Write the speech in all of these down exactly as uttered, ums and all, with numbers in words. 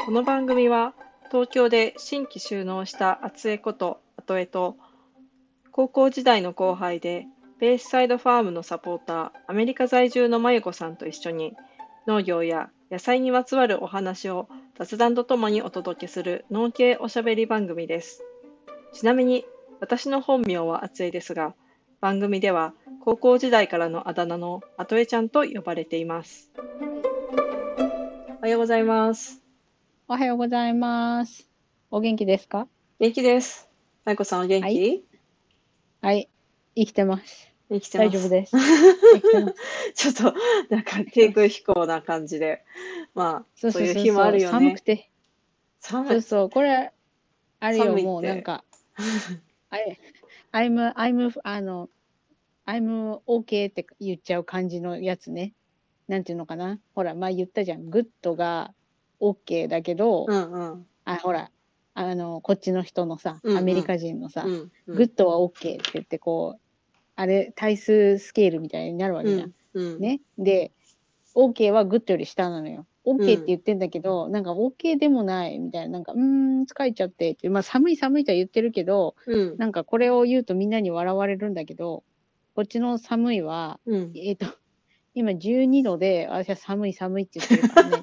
この番組は東京で新規就農した厚江こと後江と高校時代の後輩でベースサイドファームのサポーターアメリカ在住のまゆこさんと一緒に農業や野菜にまつわるお話を雑談とともにお届けする農系おしゃべり番組です。ちなみに私の本名は厚江ですが、番組では高校時代からのあだ名の後江ちゃんと呼ばれています。おはようございます。 おはようございます。お元気ですか？ 元気です。まゆこさんは元はい。 気？ はい。生きてます。 生きてます。 大丈夫です。生きてます。 ちょっとなんか生きて低空ます。 飛行な感じで、まあそうそうそういう日もあそうそう。 るよね。 寒くて。 寒い、 そうそう。これ、あれよ、 寒いって。 もうなんか、あれ、I'm, I'm, あの、I'm OK って言っちゃう感じのやつね。なんていうのかな。ほら、前言ったじゃん。グッドが OK だけど、 うんうん。 あ、ほら、あの、こっちの人のさ、 うんうん。 アメリカ人のさ、 うんうん。 グッドは OK って言って、こう、あれ、対数スケールみたいになるわけじゃん。 うんうん。 ね。で、OK はグッドより下なのよ。 う OK ってん言ってんだけど、なんか OK でもないみたいな、なんか、うーん、疲れちゃってって、まあ寒い寒いとは言ってるけど、 うんなんかこれを言うとみんなに笑われるんだけど、こっちの寒いは、 うん。 えっと、今じゅうにどで、私は寒い寒いって言ってるからね。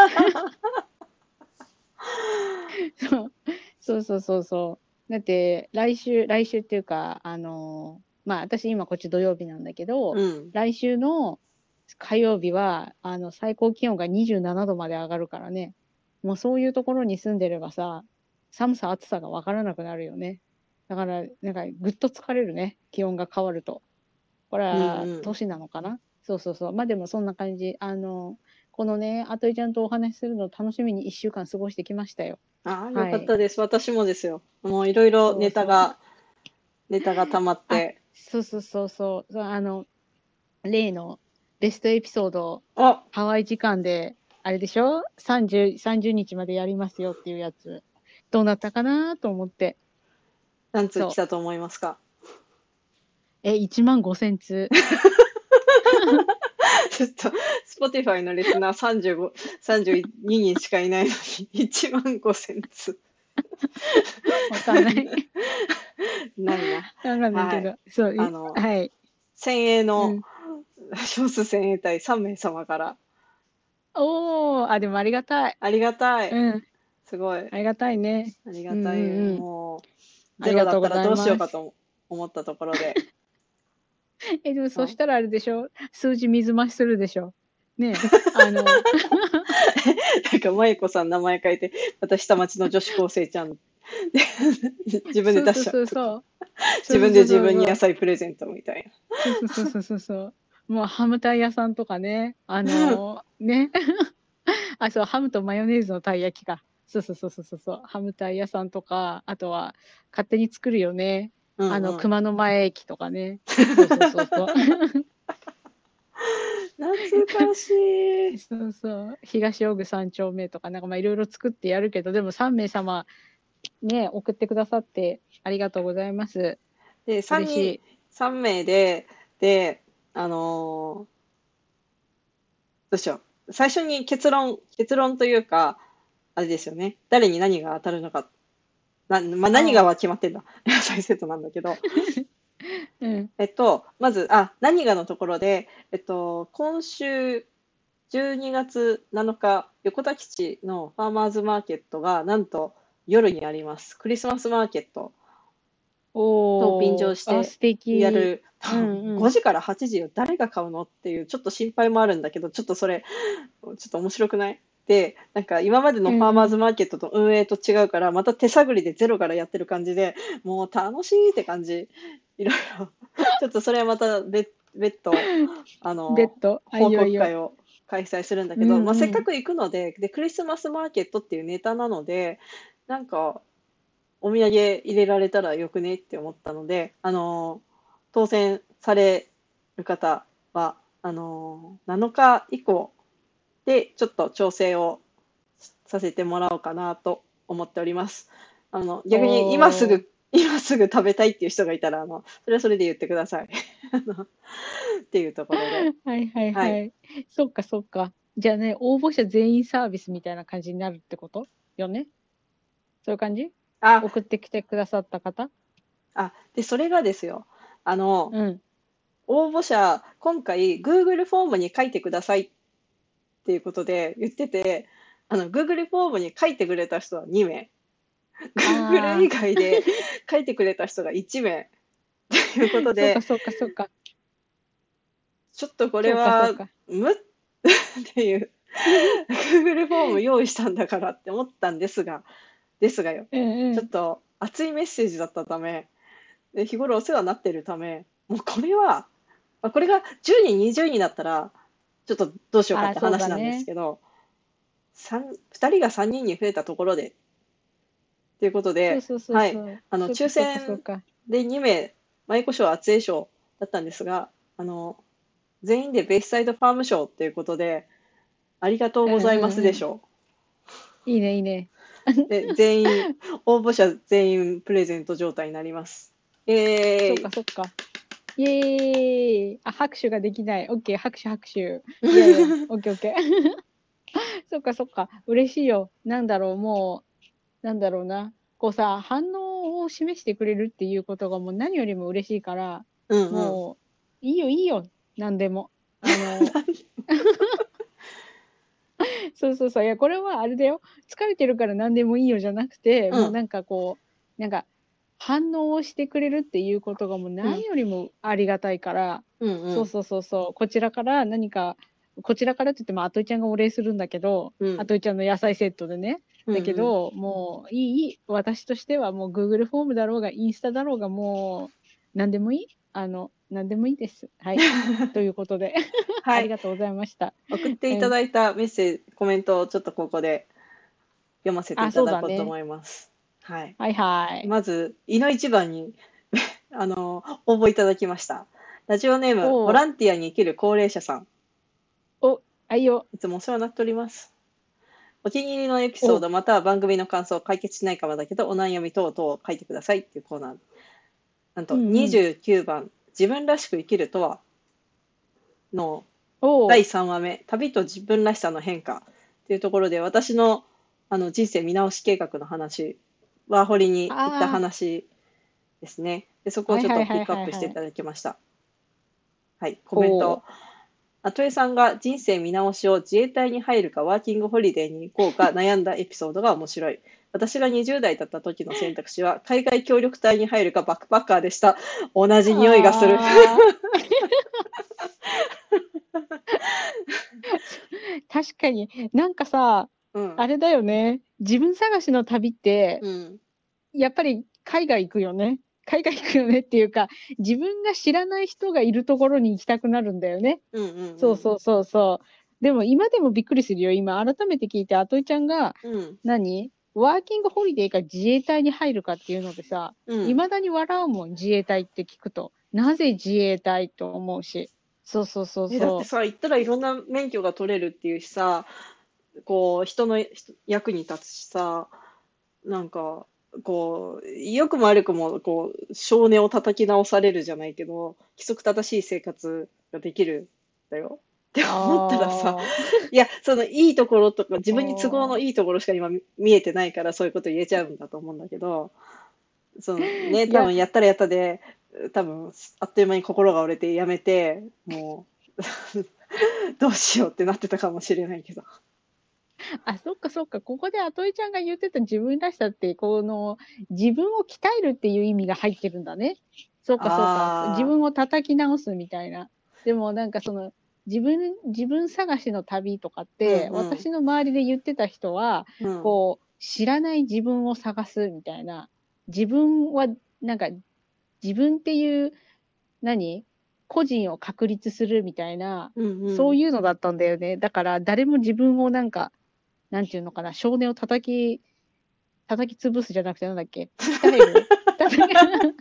そうそうそうそうそう。だって、来週、来週っていうか、あのーまあ私今こっち土曜日なんだけど、 うん。 来週の火曜日は、あの、最高気温がにじゅうななどまで上がるからね。もうそういうところに住んでればさ、寒さ暑さがわからなくなるよね。だから、なんかぐっと疲れるね。気温が変わると。これうんは、 うん。 年なのかな。そうそうそう。まあでもそんな感じ。あの、このね、あといちゃんとお話しするのを楽しみにいっしゅうかん過ごしてきましたよ。 ああ、よはい。 かったです。私もですよ。もういろいろそうそう。 ネタが、ネタが溜まっあ、 て。 そうそうそうそう。そうあの、例のベストエピソード、 あ、 ハワイ時間で、あれでしょ？ さんじゅう、さんじゅうにちまでやりますよっていうやつ。どうなったかなと思って。 何通来そう。 たと思いますか？ え、いちまんごせん通。 ちょっと、Spotify のリスナーさんじゅうご、さんじゅうににんしかいないのに、いちまんごせんつ。 わかんない。 ないな。 わかんないはい。 けど。そう、いあの、 はい。 先鋭のうん。 少数精鋭隊さんめい様から、 おー、あ、でもありがたい。 ありがたい。 うん。 すごい。 ありがたいね。 ありうんがたい。 うんうん。 もう、 あゼロだったらりがとうございどうしようかます。 と思ったところで。 え、でもそあしたらあれでしょ？数字水増しするでしょ？ねえ。あの、 なんか、まゆこさん名前書いて、私下町の女子高生ちゃん。自分で出しそうそうちゃうとか。 そうそう。そうそうそう自分で自そうそう。 分に野菜プレゼントみたいそうそうそうそうそうそう。もうハムタイ屋さんとかね。あな。 のーね。あ、そう、ハムとマヨネーズのたい焼きか。そうそうそうそうそう。ハムタイ屋さんとか、あとは勝手に作るよね。あの、 うんうん。 熊野前駅とかね。そうそうそうそう。 懐かしい。 そうそう。東大具三丁目とか、なんかまあいろいろ作ってやるけど、でもさんめい様ね、送ってくださってありがとうございます。 で、3人、 嬉しい。 さん名で、で、あのーどうしよう。最初に結論、結論というか、あれですよね。誰に何が当たるのか。な、まあ、何がああ。 は決まってんだ。再セットなんだけど。 うん。 えっと、まず、あ、何がのところで、えっと、今週じゅうにがつなのか、横田基地のファーマーズマーケットが、なんと夜にあります。クリスマスマーケットと便乗おー、あ、 して素敵。 やる。 う多分5 んうん。 時からはちじを誰が買うのっていう、ちょっと心配もあるんだけど、ちょっとそれ、ちょっと面白くない？で、なんか今までのファーマーズうんうん。 マーケットと運営と違うから、また手探りでゼロからやってる感じで、もう楽しいって感じ。いろいろ。ちょっとそれはまた別、別途、あの、 ベッド。あ、い報いよいいよ。 告会を開催するんだうけど、まあ、せんうん。 っかく行くので、で、クリスマスマーケットっていうネタなので、なんか、お土産入れられたらよくねって思ったので、あの、当選される方は、あの、なのか以降でちょっと調整をさせてもらおうかなと思っております。あの、逆に今すおー。 ぐ、今すぐ食べたいっていう人がいたら、あの、それはそれで言ってください。あのっていうところで。 はいはいはい。 はい。そっかそっか。 じゃあね、応募者全員サービスみたいな感じになるってことよね。そういう感じ？ あ、 送ってきてくださった方。 あ、で、それがですよ。あの、 うん。 応募者、今回 Google フォームに書いてくださいっていうことで言ってて、あの、Google フォームに書いてくれた人はに名、Google 以ああ、 外で書いてくれた人がいち名ということで、 そうかそうかそうか。 ちょっとこれそうかそうは、 か。 無っていう、Google フォーム用意したんだからって思ったんですが、ですがよ、 うんうん。 ちょっと熱いメッセージだったため、で日頃お世話になっているため、もうこれは、まあこれがじゅうにん、にじゅうにんだったら、ちょっとどうしようかってああ、そう話なんですだね。 けど、さんふたりがさんにんに増えたところで、ということで、 そうそうそうはい、 そう。 あの、抽そうかそうかそう選か。 でに名、舞妓賞、厚江賞だったんですが、あの、全員でベイスサイドファーム賞ということで、ありがとううんございますうんうん。 でしょいいねいいね。 う。で、全員、応募者全員プレゼント状態になります。えそうーい。 かそうか。イエーイ。あ、拍手ができない。オッケー、拍手拍手。いやいや、オッケーオッケー。そっかそっか。嬉しいよ。なんだろう、もう、なんだろうな。こうさ、反応を示してくれるっていうことがもう何よりも嬉しいから、 うんうん。 もう、いいよいいよ。なんでも。あの、そうそうそう。いや、これはあれだよ。疲れてるから何でもいいよじゃなくて、 うん。 もうなんかこう、なんか反応をしてくれるっていうことがもううん。 何よりもありがたいから、 うんうん。 そうそうそうそう。こちらから何か、こちらからって言っても、あといちゃんがお礼するんだけど、 うん。 あといちゃんの野菜セットでね。だけうんうん。 ど、もういい、いい。私としてはもう Google フォームだろうが、インスタだろうが、もう何でもいい。あの、何でもいいです。はい。ということで、あはい。 りがとうございました。 送っていたうん。 だいたメッセージ、コメントをちょっとここで読ませていあ、 たそうだね。 だこうと思います。はい。 はいはい。 まず、いの一番にあの、応募いただきました。ラジオネーム、ボおう、 ランティアに生きる高齢者さん。 お、あいよ。 いつもお世話になっております。お気に入りのエピソーお、 ド、または番組の感想、解決しないかもだけど、お悩み等々を書いてくださいっていうコーナー。なんと、 うんうん。 にじゅうきゅうばん、自分らしく生きるとはのだいおう、 さんわめ、旅と自分らしさの変化というところで、私のあの人生見直し計画の話、ワーホリに行ったあ話ですね。で、そこあ、 をちょっはいはいはいとピックアッはいはい。 プしていただきました。はい、コメント。 ほう。 あとえさんが人生見直しを自衛隊に入るかワーキングホリデーに行こうか悩んだエピソードが面白い。私がにじゅう代だった時の選択肢は海外協力隊に入るかバックパッカーでした。同じ匂いがする。 ああ、確かに、なんかさ、 うん。 あれだよね。自分探しの旅って、 うん。 やっぱり海外行くよね。海外行くよねっていうか、自分が知らない人がいるところに行きたくなるんだよね。 うんうんそうそうそうそう。でも今でもびっくりするよ。今改めて聞いて、あといちゃんが、 うん。うん。 何ワーキングホリデーか自衛隊に入るかっていうのでさ、 うん。 未だに笑うもん、自衛隊って聞くと。なぜ自衛隊と思うし。そうそうそうえ、だってそさ、行ったらいろんな免許が取れるっていうしさ、こう、人の人役に立つしさ、なんか、こう、良くも悪くも、こう、性根を叩き直されるじゃないけど、規則正しい生活ができるんだよ。ってう。 思ったらさ、 あいや、そのいいところとか、自あ、 分に都合のいいところしか今見見えてないから、そういうこと言えちゃうんだと思うんだけど、そのね、 いや、 多分やったらやったで、多分あっという間に心が折れてやめて、もうどうしようってなってたかもしれないけど。 あ、そっかそっか。ここであといちゃんが言ってた自分らしさって、この、自分を鍛えるっていう意味が入ってるんだね。そうかそうか。自あ分を叩き直すみたいな。でもなんかその、自分、自分探しの旅とかっあ、うて、 んうん、 私の周りで言ってた人は、 うん、 こう、知らない自分を探すみたいな。自分は、なんか、自分っていう、何個人を確立するみたいな、 うんうん。 そういうのだったんだよね。だから誰も自分をなんか、なんていうのかな、少年を叩き、叩き潰すじゃなくてなんだっけ、鍛える叩き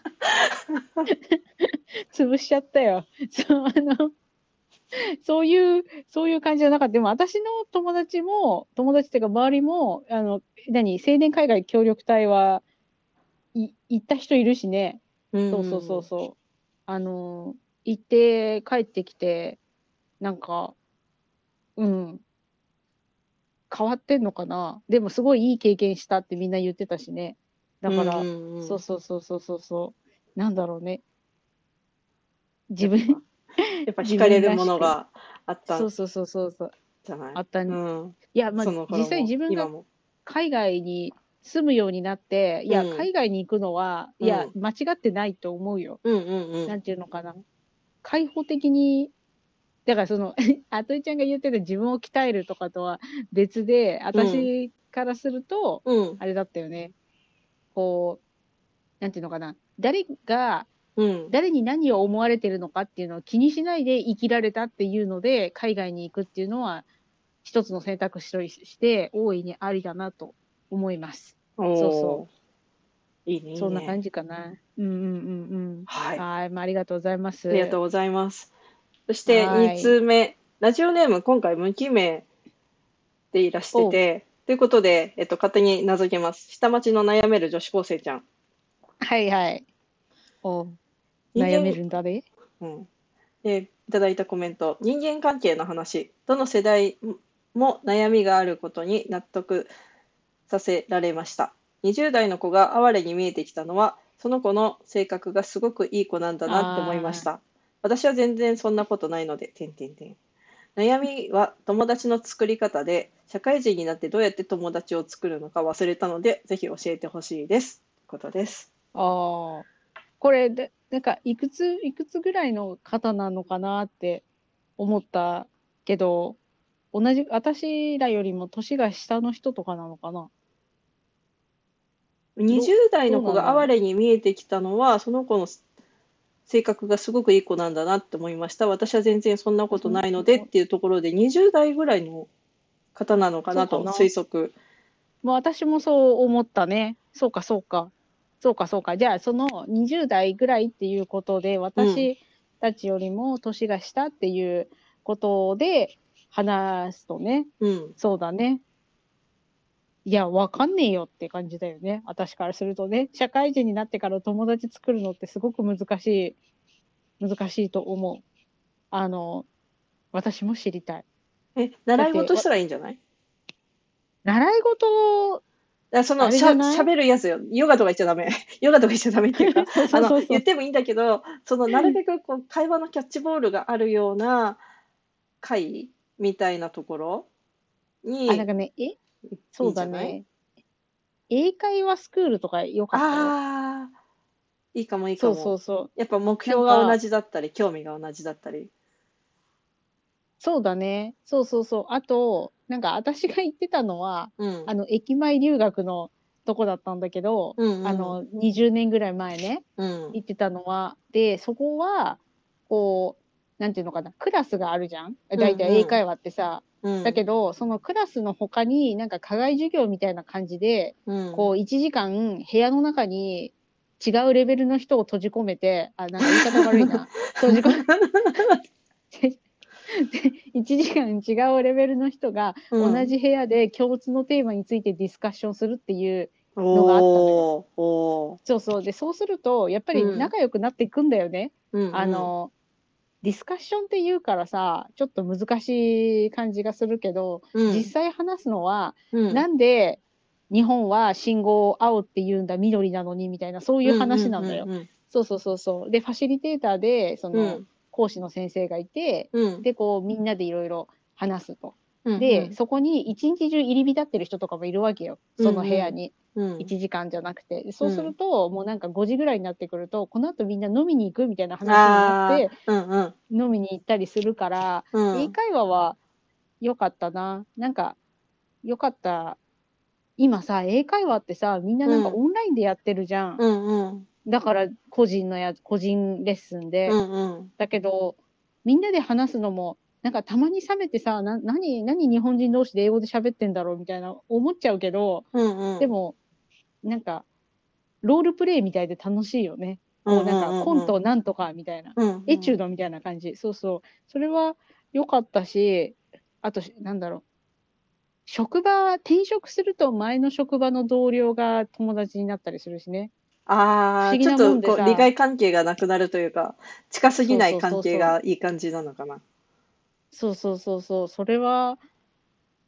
潰しちゃったよ。そう、あの、そういう、そういう感じじゃなかった。でも私の友達も、友達っていうか周りも、あの、何、青年海外協力隊はい行った人いるしね。 うそうそうそうん。 そう。あの、行って帰ってきて、なんか、うん。 変わってんのかな。でもすごいいい経験したってみんな言ってたしね。だうんうから、 んうん。 そうそうそうそうそうそう。なんだろうね。自やっぱ、 分、 やっぱ惹自分かれるらしく。 ものがあったんそうそうそうそうそう。 じゃない？ あったね。 うん。 いや、まあ、 その実頃も、 際自分が今も。 海外に住むようになって、いや、 うん。 海外に行くのは、いや、 うん。 間違ってないと思うよ。 うんうんうん。 なんていうのかな。開放的に、だからその、あといちゃんが言ってた自分を鍛えるとかとは別で、 うん。 私からすると、 うん。 あれだったよね。こう、なんていうのかな。誰が、 うん。 誰に何を思われてるのかっていうのを気にしないで生きられたっていうので、海外に行くっていうのは、一つの選択肢として、大いにありだなと思います。そうそおー。いいね、 う。 いいね。 そんな感じかな。うんうんうんうん。 はい。 はい。まあ、ありがとうございます。 ありがとうございます。そして2 はい。 通目。ラジオネーム、今回無記名でいらしてお、 て、ということで、えっと、勝手に名付けます。下町の悩める女子高生ちゃん。 はいはい。お、悩め人間、 るんだね。 うん。で、いただいたコメント。人間関係の話。どの世代も悩みがあることに納得させられました。にじゅう代の子が哀れに見えてきたのは、その子の性格がすごくいい子なんだなって思いましあた。私は全然そんなことないので、てんてんてん。悩みは友達の作り方で、社会人になってどうやって友達を作るのか忘れたので、ぜひ教えてほしいです。ということです。 あ、ああ。これで、なんか、いくつ、いくつぐらいの方なのかなって思ったけど、同じ、私らよりも年が下の人とかなのかな。ど、 にじゅう代どの子うなんだろう。 が哀れに見えてきたのは、その子の性格がすごくいい子なんだなって思いました。私は全然そんなことそないのでっていうところで、にじゅう代ぐらいの方なのかなとそうかな。 推測。 もう私もそう思ったね。そうか、そうか。そうか、そうか。じゃあ、そのにじゅう代ぐらいっていうことで、 うん、 私たちよりも年が下っていうことで話すとね、 うん。 そうだね。いや、わかんねえよって感じだよね。私からするとね。社会人になってから友達作るのってすごく難しい、難しいと思う。あの、私も知りたい。 え、 だって、 習い事しわたらいいんじゃない？ 習い事、 あ、その、 あれしゃ、 じゃない。 喋るやつよ。ヨガとか言っちゃダメ。ヨガとか言っちゃダメっていうか、 そうあの、 そうそうそう。 言ってもいいんだけど、その、なるべくこう、会話のキャッチボールがあるような会みたいなところあ、なんにかね、え、 いいそうんじゃない？ だね。英会話スクールとか良かったよ。 ああー、いいかもいいかそうそも。 うそう。 やっぱ目標が同なんか、 じだったり、興味が同じだったり。 そうだね。そうそうそう。あと、なんか私が言ってたのは、 うん。 あの、駅前留学のとこだったんだけど、 うんうん。 あの、にじゅうねんぐらい前ね、 うん。 行ってたのは、で、そこは、こう、なんていうのかな、クラスがあるじゃん。 うだいたい英ん会話ってさ。 うん。うん。 だけど、そのクラスの他になんか課外授業みたいな感じで、 うん。 こう、いちじかん部屋の中に違うレベルの人を閉じ込めて、あ、なんか言い方悪いな。閉じ込めて、で、いちじかん違うレベルの人がうん。 同じ部屋で共通のテーマについてディスカッションするっていうのがあったのよ。 おー、おー。 そうそう。で、そうすると、やっぱりうん。 仲良くなっていくんだよね。 うんうん。 あの、ディスカッションって言うからさ、ちょっと難しい感じがするけど、 うん。 実際話すのは、 うん。 なんで日本は信号青って言うんだ、緑なのにみたいな、そういううんうん話なんだよ。 うん。 そうそうそうそう。で、ファシリテーターで、その、 うん。 講師の先生がいて、 うん。 で、こう、みんなでいろいろ話すと。 うんうで、 ん。 そこに一日中入り浸ってる人とかもいるわけよ。 うその部屋んに。 うん。 いちじかんじゃなくて。そうするうん。 と、もうなんかごじぐらいになってくると、この後みんな飲みに行くみたいな話になって、 ああ、うんうん。 飲みに行ったりするから、 うん。 英会話は良かったな。なんか、良かった。今さ、英会話ってさ、みんななんかうん。 オンラインでやってるじゃん。 うんうん。 だから個人のや、個人レッスンで。 うんうん。 だけど、みんなで話すのも、なんかたまに冷めてさ、な、何、何日本人同士で英語で喋ってんだろうみたいな思っちゃうけど、 うんうん。 でも、なんか、ロールプレイみたいで楽しいよね。こうなんかうんうんうんうん。 コントなんとかみたいな。 うんエうん。 チュードみたいな感じ。そうそう。それは良かったし、あと、なんだろう。職場、転職すると前の職場の同僚が友達になったりするしね。不ああ、ちょっ思議なもとこう利んでさ、 害関係がなくなるというか、近すぎそうそうない関係そうそう。 がいい感じなのかな。 そうそうそうそう。それは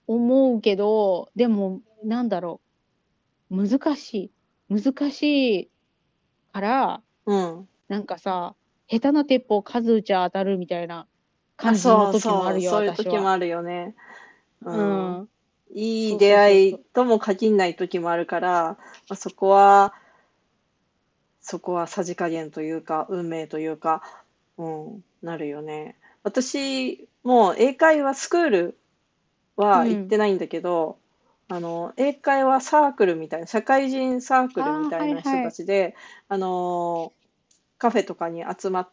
思うけど、でも、なんだろう、難しい。難しいから、 うん。 なんかさ、下手な鉄砲数打ちゃ当たるみたいなあ、 感じのそう時もあるよ、 そう、そういう私は。 時もあるよね。ううん。 ん。 いいそう出会そうそうそう。 いとも限んない時もあるから、まあ、そこは、そこはさじ加減というか、運命というか、うん、なるよね。私、もう英会話スクールは行っうん。 てないんだけど、あの、英会話サークルみたいな、社会人サークルみああ、 たいな人はいはい。 たちで、あの、カフェとかに集まって、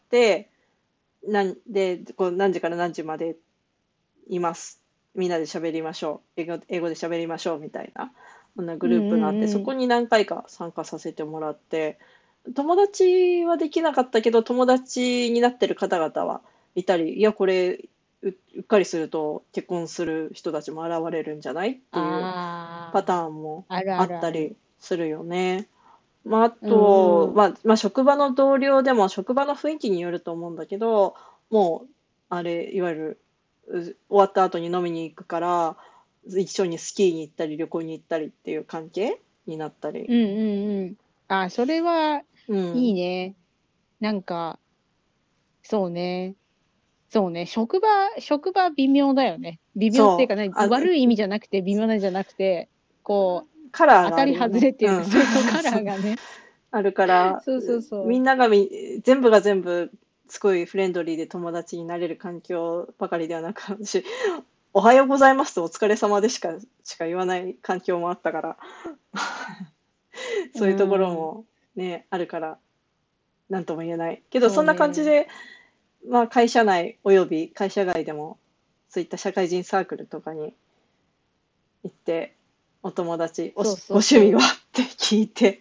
なんで、こう何時から何時までいます。みんなで喋りましょう。英語、英語で喋りましょうみたいな、こんなグうんうループがあって、そんうん。 こに何回か参加させてもらって、友達はできなかったけど、友達になってる方々はいたり、いや、これ、う、うっかりすると結婚する人たちも現れるんじゃないっていうパタあーンもあ、あるああるある。 ったりするよね。まあ、あうんと、 うん。 まあ、まあ、職場の同僚でも職場の雰囲気によると思うんだけど、もう、あれ、いわゆる、う終わった後に飲みに行くから、一緒にスキーに行ったり旅行に行ったりっていう関係になったり。 うんうんうん。あ、それはいいうん。 ね。なんか、そうね。そうね。職場、職場微妙だよね。微妙っていうか、 そう。 ね、 あ、 悪い意味じゃなくて、微妙なんじゃなくて、こう、 カラーがあ当たりるよね。 外れっていうか、 うん。 そうそう、カラそう。 ーがね。 あるから、 そうそうそみんながみ、全部が全部、すごいフレンドリーで友達になれる環境ばかりではなく、私、おはようございますとお疲れ様でしか、しか言わない環境もあったから、 う。 そういうところうん。 もね、あるから、なんとも言えない。けど、 そうそんな感じね。 で、まあ、会社内および会社外でも、そういった社会人サークルとかに行って、お友達、おし、 そうご趣味はそうそう。 って聞いて、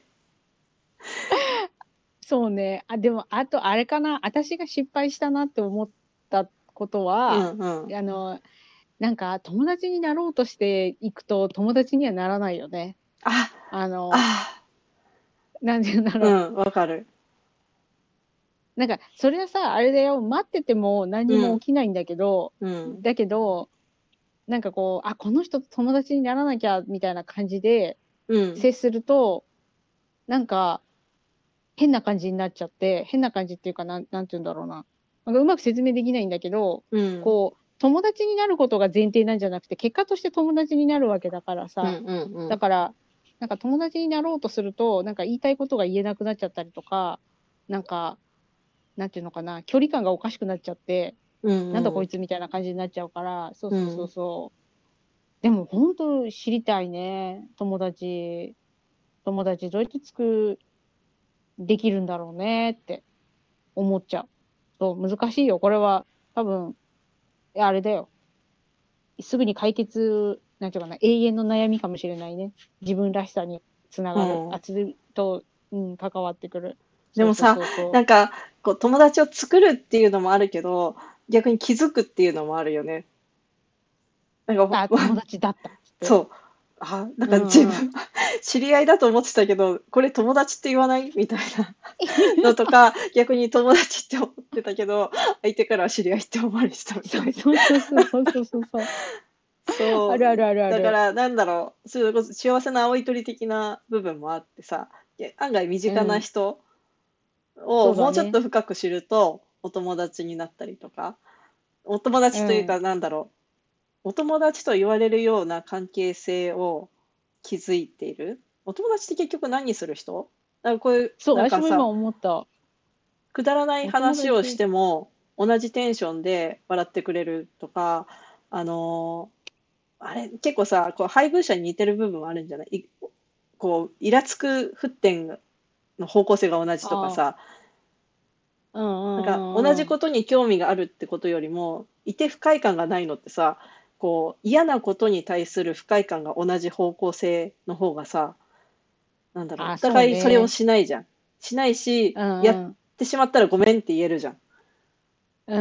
そうね。あ、でも、あと、あれかな。私が失敗したなって思ったことうは、 んうん。 あの、なんか、友達になろうとしていくと、友達にはならないよね。 あ、 あの、 あ、 なんて言うんだろう。 うん、わかる。 なんか、それはさ、あれだよ。待ってても何にもうん、 起きないんだけど、 うん、 だけど、なんかこう、あ、この人と友達にならなきゃ、みたいな感じでうん、 接すると、なんか、変な感じになっちゃって、変な感じっていうか、なん、なんて言うんだろうな。なんかうまく説明できないんだけど、 うん、 こう、友達になることが前提なんじゃなくて、結果として友達になるわけだからさ、 うん、うん、うん。 だから、なんか友達になろうとすると、なんか言いたいことが言えなくなっちゃったりとか、なんか、なんていうのかな、距離感がおかしくなっちゃって、 うん、うん、 なんだこいつみたいな感じになっちゃうから、そうそうそううん。 そう。でも本当知りたいね。友達、友達どうやって作、できるんだろうねって思っちゃう。そう、難しいよ。これは多分、あれだよ。すぐに解決、なんていうかな、永遠の悩みかもしれないね。自分らしさにつながる。 うん。 あつと、うん、関わってくる。そうそうでもさ、 そうそなんか、こう、友達を作るっていうのもあるけど、逆に気づくっていうのもあるよね。なんう。 か、 あ、友達だったっつって。 そう。あ、なんうか自んうん。 分、知り合いだと思ってたけど、これ友達って言わないみたいなのとか、逆に友達って思ってたけど、相手からは知り合いって思われてたみそうたいな。 そうそうそうそうそうそうそう。あそう。 るあるあるある。 だから、なんだろう、それこそ幸せな青い鳥的な部分もあってさ、いや案外身近なうん。 人をもうちょっそうだね。 と深く知ると、お友達になったりとか、お友うん。 達というか、なんだろう、お友達と言われるような関係性を築いている。お友達って結局何する人？なんかこういう、 そう、私も今なんかさ、 思った。 くだらないお友話をし達。 ても、同じテンションで笑ってくれるとか、あのーあれ、結構さ、こう配偶者に似てる部分はあるんじゃない？いこう、イラつく沸点の方向性が同じとかああ。 さ、 うんうなんか同じんうんうん。 ことに興味があるってことよりも、いて不快感がないのってさ、こう、嫌なことに対する不快感が同じ方向性の方がさ、なんだろう、おあ、そう互いそれをね。 しないじゃん。しないし、 うやっんうん。 てしまったらごめんって言えるじゃん。 うん。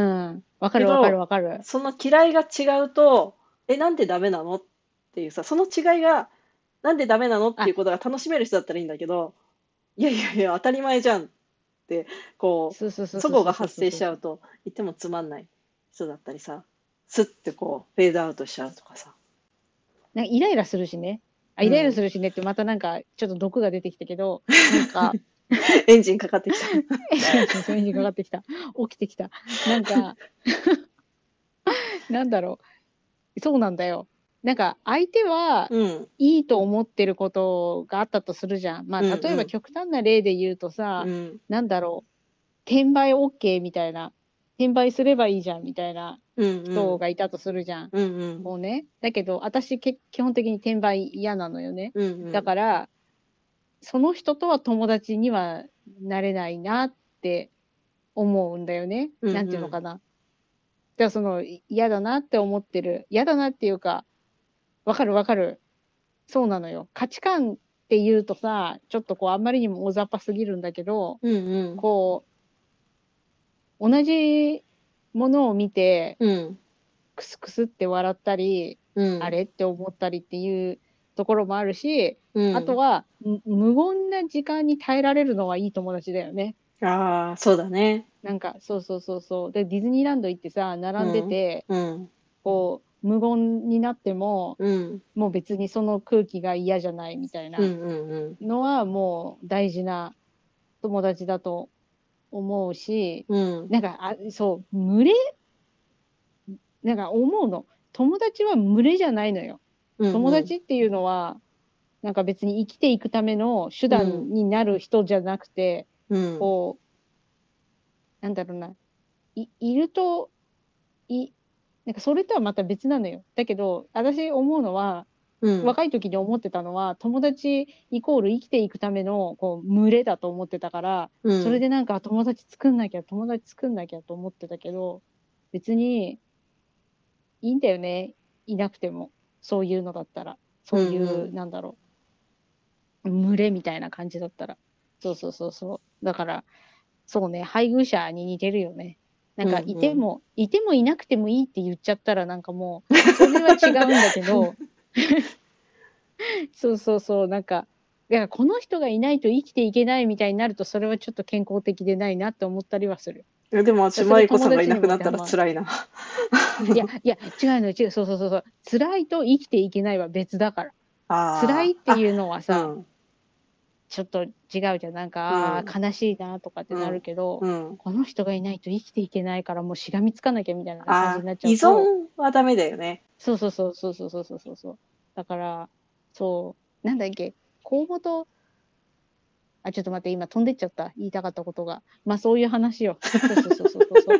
わかるわかるけど、 わかる。 その嫌いが違うと、え、なんでダメなのっていうさ、その違いが、なんでダメなのってあ、 いうことが楽しめる人だったらいいんだけど、いやいやいや、当たり前じゃんって、こそうそうう、 そうそうそうそう齟齬が発そうそう。 生しちゃうと、言ってもつまんない人だったりさ、スッてこう、フェードアウトしちゃうとかさ。 なんかイライラするしね。あ、イライラするしねってまたなんかちょっと毒が出てきたけど、なんか、 エンジンかかってきた。 そういうにかかってきた。起きてきた。なんか、なんだろう。そうなんだよ。なんか相手はうん。 いいと思ってることがあったとするじゃん。まあ、 うん例えば極端な例で言うとさ、 うん。 なんだろう。転売 OK みたいな。転売すればいいじゃんみたいなうんうん。 人がいたとするじゃん。 うんうん。 こうね。だけど、私け、基本的に転売嫌なのよね。 うんうん。 だから、その人とは友達にはなれないなって思うんだよね。なんていううんうん。 のかな。だからその、い嫌だなって思ってる。嫌だなっていうか、わかるわかる。そうなのよ。価値観って言うとさ、ちょっとこう、あんまりにも大雑把すぎるんだけど、 うんうん。 こう、同じものを見て、 うん。 クスクスって笑ったり、 うん。 あれって思ったりっていうところもあるし、 うん。 あとは、む無言な時間に耐えられるのはいい友達だよね。 ああ、そうだね。 なんか、そうそうそうそう。で、ディズニーランド行ってさ、並んでうん。 て、 うん。 こう、無言になっても、 うん。 もう別にその空気が嫌じゃないみたいなうんうんうん。 のはもう大事な友達だと思うし、 うん。 なんか、あ、そう、群れ、なんか思うの。友達は群れじゃないのよ。友うんうん。 達っていうのは、なんか別に生きていくための手うん。 段になる人じゃなくて、 うん。 こう、なんだろうな、い、いると、い、なんかそれとはまた別なのよ。だけど、私思うのは、 うん。 若い時に思ってたのは、友達イコール生きていくためのこう群れだと思ってたから、 うん。 それでなんか友達作んなきゃ、友達作んなきゃと思ってたけど、別にいいんだよね。いなくても。そういうのだったら。 うそういう、 んうん。 なんだろう、群れみたいな感じだったら。そうそうそうそう。だから、そうね、配偶者に似てるよね。なんか、いうんうん。 ても、いてもいなくてもいいって言っちゃったら、なんかもう、それは違うんだけど、そうそうそう、なんか、いや、この人がいないと生きていけないみたいになると、それはちょっと健康的でないなって思ったりはする。 いや、でも私、 だそれ舞子さんがい友達になくなったらもいてま辛いな。 いや、いや、違うのよ、違う、そうそうそうそう。辛いと生きていけないは別だから。辛いああ、あ、 っていうのはさ、 うん、 ちょっと違うじゃん。なんか、あうん、 ー悲しいなとかってなるうん、 けど、 うん。 この人がいないと生きていけないからもうしがみつかなきゃみたいな感じああ、 になっちゃ依うと、 存はダメだよね。 そうそうそうそうそうそうそうそう。だから、そう、なんだっけ、河本、あ、ちょっと待って、今飛んでっちゃった。言いたかったことが。まあそういう話よ。そうそうそうそうそう。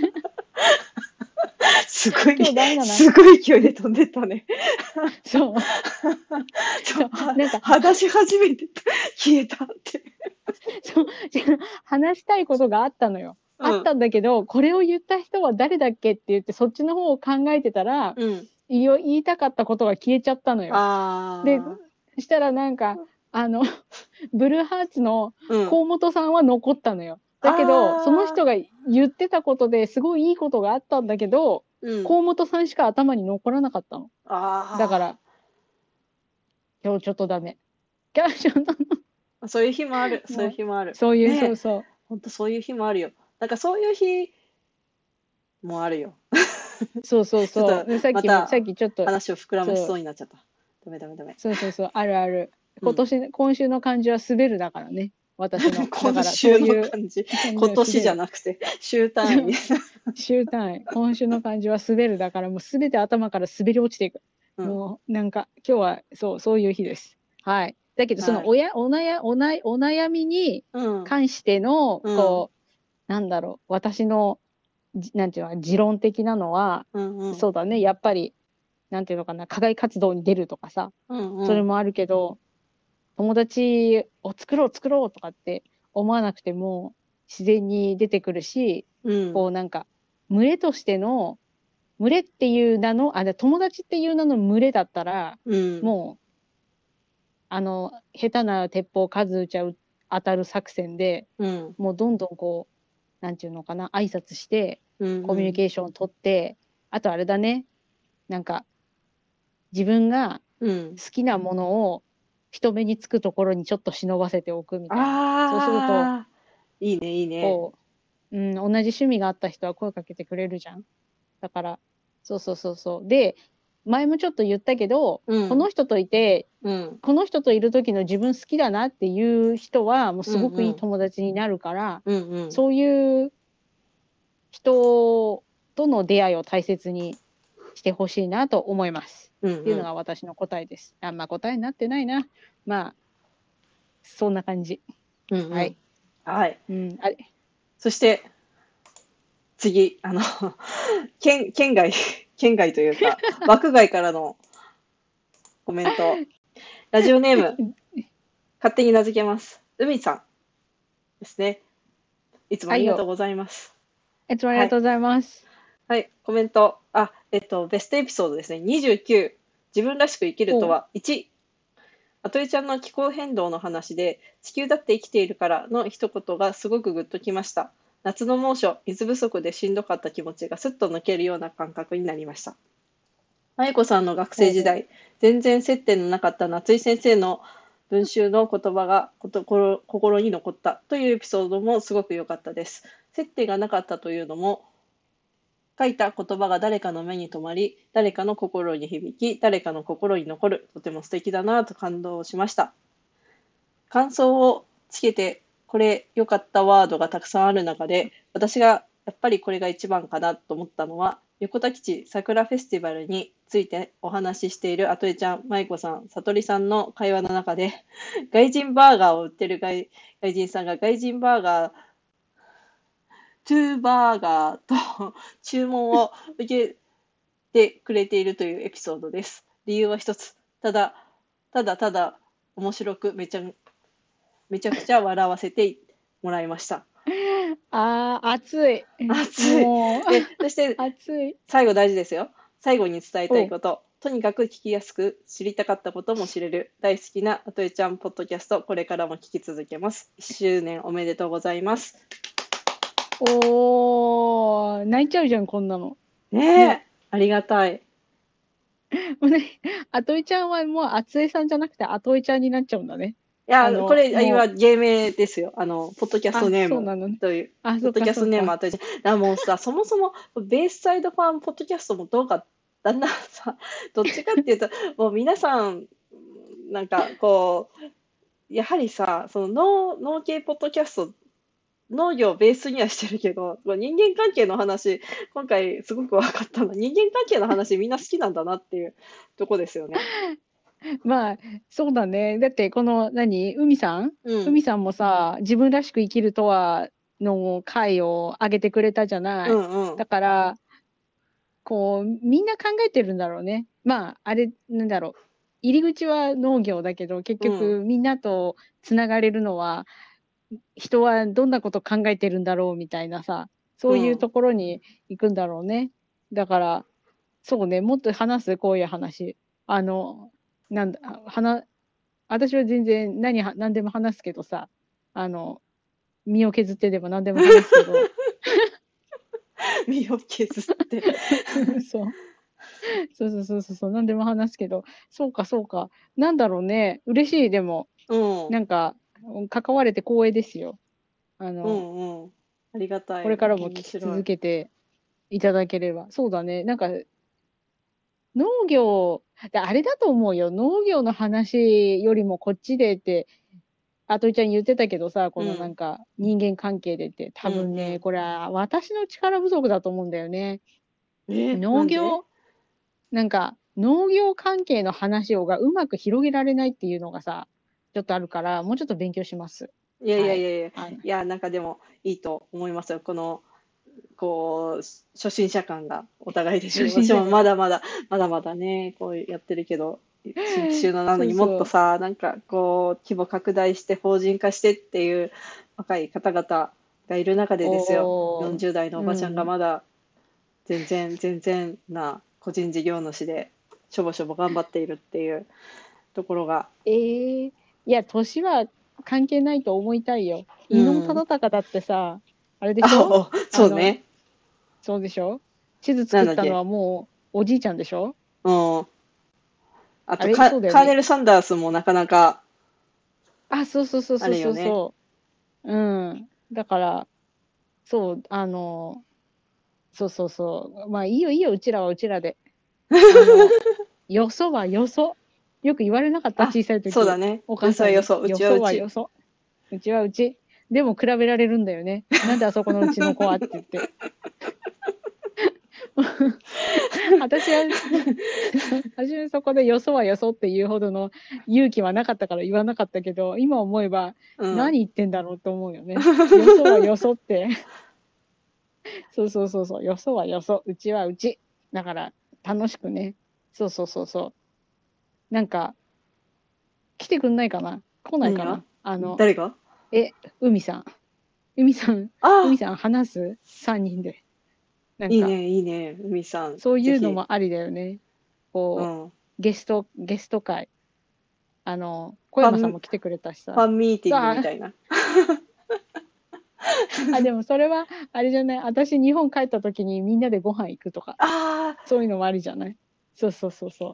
すごい、 今日ダメだな。 すごい勢いで飛んでったね。 そう。 そう、 そう。 は、 なんか、 話し始めて消えたって。 そう、話したいことがあったのよ。あうん、 ったんだけど、これを言った人は誰だっけって言って、そっちの方を考えてたら、 うん。 言い言いたかったことが消えちゃったのよ。で、 ああ、 したらなんか、あの、ブルーハーツのうん。 河本さんは残ったのよ。だけど、そのああ、 人が言ってたことですごいいいことがあったんだけど、 うん。 河本さんしか頭に残らなかったの。だかあら、今日ちょっとダメ。今日ちょっと、 あ、そういう日もある。そういうもう、 日もある。 そういう、 ねえ、 そうそほんとそういう日もあるよ。なんかそういう日もあるよ。 う、そうそうちょっと、 そう。さっきも、さっまたきちょっと、 話を膨らましそう、 そうになっちゃった。ダメダメダメ。 そうそうそう、あるある。 うん。 今年、今週の漢字は滑るだからね。私の。だから、そ今週ういうの感じ。 感じ今年じゃは滑る。 なくて、週単位で。 そう、週単位。今週の漢字は滑るだから、もうすべて頭から滑り落ちていく。 うん。 もう、なんか、今日は、そう、そういう日です。はい。だけど、その、 はい。 おや、おなや、おな、お悩みにうん。 関しての、 うん。 こう、なんだろう、私の、じなんていうのかな、持論的なのは、 うんうん。 そうだね、やっぱり、なんていうのかな、課外活動に出るとかさ、 うんうん。 それもあるけど、友達を作ろう作ろうとかって思わなくても自然に出てくるし、 うん。 こうなんか、群れとしての、群れっていう名の、あ、で友達っていう名の群れだったら、 うん。 もう、あの、下手な鉄砲数撃ちゃう、当たる作戦で、 うん。 もうどんどんこう、なんていうのかな、挨拶して、 うんコミュニうん。 ケーションを取って、あとあれだね、なんか、自分がうん。 好きなものを人目につくところにちょっと忍ばせておくみたいな。そうすると、 ああ、いいね、いいね。 こう、うん、同じ趣味があった人は声かけてくれるじゃん。だから、そうそうそうそう。で、 前もちょっと言ったけど、 うんこの人といて、 うんこの人といる時の自分好きだなっていう人はもうすごくいいうんうん友達になるから、 うんうんそういう人との出会いを大切にしてほしいなと思います。 うんっていうのうんが私の答えです。あ、まあ答えになってないな。まあ、そんな感じ。 うんうん。 はい。 はい。 うん、あれ。 そして次、あの、県、県外、県外というか、枠外からのコメント。ラジオネーム、勝手に名付けます。海さんですね。いつもあはいよ。 りがとうございます。 いつもありはい。 がとうございます。 はい。コメント。あ、えっと、ベストエピソードですね。にじゅうきゅう。自分らしく生きるとお、 は、いち、あとりちゃんの気候変動の話で、地球だって生きているからの一言がすごくグッときました。夏の猛暑、水不足でしんどかった気持ちがすっと抜けるような感覚になりました。まゆこさんの学生時お、 代、全然接点のなかった夏井先生の文集の言葉がこと心心に残ったというエピソードもすごく良かったです。接点がなかったというのも、書いた言葉が誰かの目に留まり、誰かの心に響き、誰かの心に残る、とても素敵だなと感動しました。感想をつけて、これ良かったワードがたくさんある中で、私がやっぱりこれが一番かなと思ったのは、横田基地桜フェスティバルについてお話ししているアトエちゃん、マイコさん、サトリさんの会話の中で、外人バーガーを売ってる外外人さんが外人バーガー、トゥーバーガーと注文を受けてくれているというエピソードです。理由は一つ。ただ、ただただ面白くめちゃめちゃくちゃ笑わせてもらいました。 あー、暑い。 熱い。 もう、 で、そして暑い。 最後大事ですよ。最後に伝えたいお、 こと。とにかく聞きやすく、知りたかったことも知れる。大好きなあとえちゃんポッドキャスト、これからも聞き続けます。いっしゅうねんおめでとうございます。 おー、泣いちゃうじゃん、こんなの。ね。 ねえ、ありがたい。 もうね、あといちゃんはもうあつえさんじゃなくてあといちゃんになっちゃうんだね。 いや、こあの、 れ、あ今、 もう、 芸名ですよ。あの、ポッドキャストあ、 ネームそうなのね。 という、 あ、そっポッドキャストかそっか。 ネームあとえちゃん。だからもうさ、そもそも、ベースサイドファンポッドキャストもどうか、だんだんさ、どっちかっていうと、もう皆さん、なんか、こう、やはりさ、その農、農系ポッドキャスト、農業をベースにはしてるけど、こう人間関係の話、今回すごく分かったの。人間関係の話みんな好きなんだなっていうとこですよね。 まあ、そうだね。だって、この、何海さんうん。 海さんもさ、自分らしく生きるとはの回を上げてくれたじゃうない。 んうん。 だから、こう、みんな考えてるんだろうね。まあ、あれ、なんだろう。入り口は農業だけど、結うん。 局みんなとつながれるのは、人はどんなこと考えてるんだろうみたいなさ、そういううん。 ところに行くんだろうね。だから、そうね、もっと話す、こういう話。あの、なんだ、話、私は全然何は、何でも話すけどさ、あの、身を削ってでも何でも話すけど、 身を削って。 そう。そうそうそうそうそう、何でも話すけど、そうかそうか。なんだろうね。嬉しい、でも、 うん。 なんか、関われて光栄ですよ。あうの、 んうん。ありがたい。 これからも聞き面白い。 続けていただければ。そうだね。なんか、農業、であれだと思うよ。農業の話よりもこっちでって、あといちゃん言ってたけどさ、このなんうん。 か人間関係でって多うん分ね、 うん。 これは私の力不足だと思うんだよね。 え、なんで？ 農業、なんか農業関係の話をがうまく広げられないっていうのがさ、ちょっとあるから、もうちょっと勉強します。 いやいはい。 やいやいや。いあの、 や、なんかでもいいと思いますよ。この、こう、初心者感がお互いです初ね。私も心者が。 まだまだ、まだまだね、こうやってるけど、新規収納なのにもっそうそう。 とさ、なんかこう、規模拡大して法人化してっていう若い方々がいる中でですよ。 おー。 よんじゅう代のおばちゃんがうん。 まだ全然、全然な個人事業主で、しょぼしょぼ頑張っているっていうところが、 ええ、いや、年は関係ないと思いたいよ。伊能うん。 忠敬だってさ、あれでしょ？ あ、 あの、 そうね。 そうでしょ？地図作ったのなんだっけ。 はもうおじいちゃんでしょ？ うん。あとあれカ、 そうだよね。 カーネル・サンダースもなかなかあ、そうそうそうあそうるよね。 そうそう。うん。だから、そう、あの、そうそうそう。まあいいよいいよ、うちらはうちらで。 の、よそはよそ。よく言われなかった、 あ、 小さい時。 そうだね。 お母さんに。 よそはよそ、うちはうち。 よそはよそ。うちはうち。でも比べられるんだよね。なんであそこのうちの子はって言って。私は、初めそこでよそはよそっていうほどの勇気はなかったから言わなかったけど、今思えばうん。 何言ってんだろうと思うよね。よそはよそって。そうそうそうそう。よそはよそ。うちはうち。だから楽しくね。そうそうそうそう。なんか、来てくんないかな来ないか何がなあの、 誰がえ、海さん。海さん、海あさん話す ?さん 人で。なんか、 いいね、いいね、海さん。 そういうのぜひ。 もありだよね。こうん。 う、ゲスト、ゲスト会。あの、小ファン、 山さんも来てくれたしさ。 ファンミーティングみあ、 たいな。 あ、でもそれは、あれじゃない。私、日本帰った時にみんなでご飯行くとか、 ああ、 そういうのもありじゃない。そうそうそうそう。